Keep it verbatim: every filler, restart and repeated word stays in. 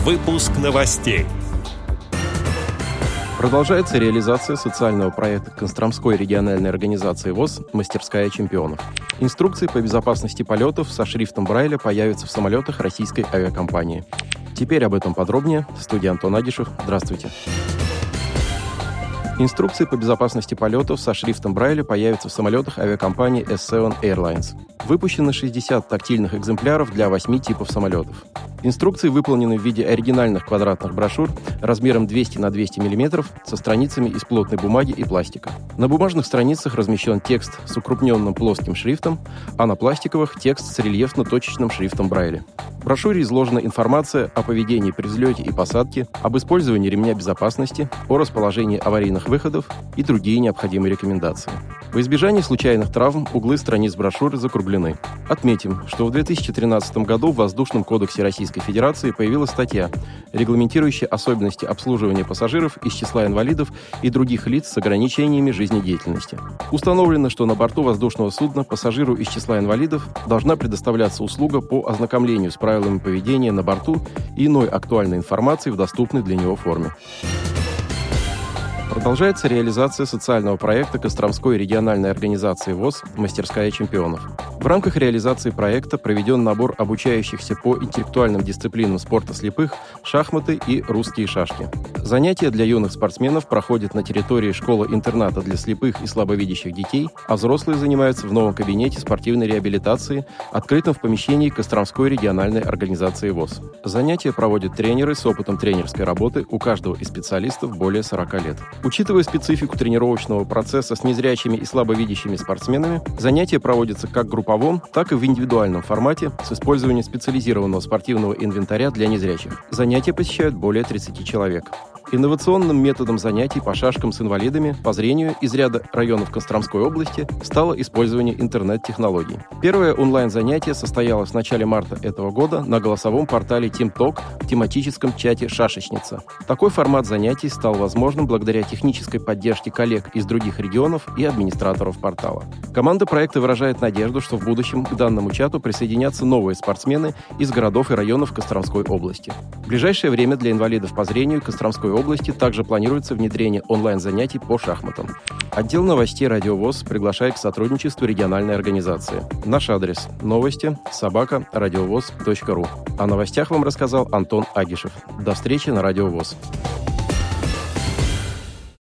Выпуск новостей. Продолжается реализация социального проекта Костромской региональной организации ВОС «Мастерская чемпионов». Инструкции по безопасности полетов со шрифтом Брайля появятся в самолетах российской авиакомпании. Теперь об этом подробнее. В студии Антон Агишев. Здравствуйте. Инструкции по безопасности полетов со шрифтом Брайля появятся в самолетах авиакомпании эс семь Airlines. Выпущено шестьдесят тактильных экземпляров для восьми типов самолетов. Инструкции выполнены в виде оригинальных квадратных брошюр размером двести на двести миллиметров со страницами из плотной бумаги и пластика. На бумажных страницах размещен текст с укрупненным плоским шрифтом, а на пластиковых – текст с рельефно-точечным шрифтом Брайля. В брошюре изложена информация о поведении при взлете и посадке, об использовании ремня безопасности, о расположении аварийных выходов и другие необходимые рекомендации. Во избежание случайных травм углы страниц брошюры закруглены. Отметим, что в две тысячи тринадцатом году в Воздушном кодексе Российской Федерации появилась статья, регламентирующая особенности обслуживания пассажиров из числа инвалидов и других лиц с ограничениями жизнедеятельности. Установлено, что на борту воздушного судна пассажиру из числа инвалидов должна предоставляться услуга по ознакомлению с правилами поведения на борту и иной актуальной информации в доступной для него форме. Продолжается реализация социального проекта Костромской региональной организации ВОС «Мастерская чемпионов». В рамках реализации проекта проведен набор обучающихся по интеллектуальным дисциплинам спорта слепых, шахматы и русские шашки. Занятия для юных спортсменов проходят на территории школы-интерната для слепых и слабовидящих детей, а взрослые занимаются в новом кабинете спортивной реабилитации, открытом в помещении Костромской региональной организации ВОС. Занятия проводят тренеры с опытом тренерской работы, у каждого из специалистов более сорока лет. Учитывая специфику тренировочного процесса с незрячими и слабовидящими спортсменами, занятия проводятся как в групповом, так и в индивидуальном формате с использованием специализированного спортивного инвентаря для незрячих. Занятия посещают более тридцати человек. Инновационным методом занятий по шашкам с инвалидами по зрению из ряда районов Костромской области стало использование интернет-технологий. Первое онлайн-занятие состоялось в начале марта этого года на голосовом портале TeamTalk в тематическом чате «Шашечница». Такой формат занятий стал возможным благодаря технической поддержке коллег из других регионов и администраторов портала. Команда проекта выражает надежду, что в будущем к данному чату присоединятся новые спортсмены из городов и районов Костромской области. В ближайшее время для инвалидов по зрению Костромской области области также планируется внедрение онлайн-занятий по шахматам. Отдел новостей «Радио ВОС» приглашает к сотрудничеству региональной организации. Наш адрес – новости собака радиовоз точка ру. О новостях вам рассказал Антон Агишев. До встречи на «Радио ВОС».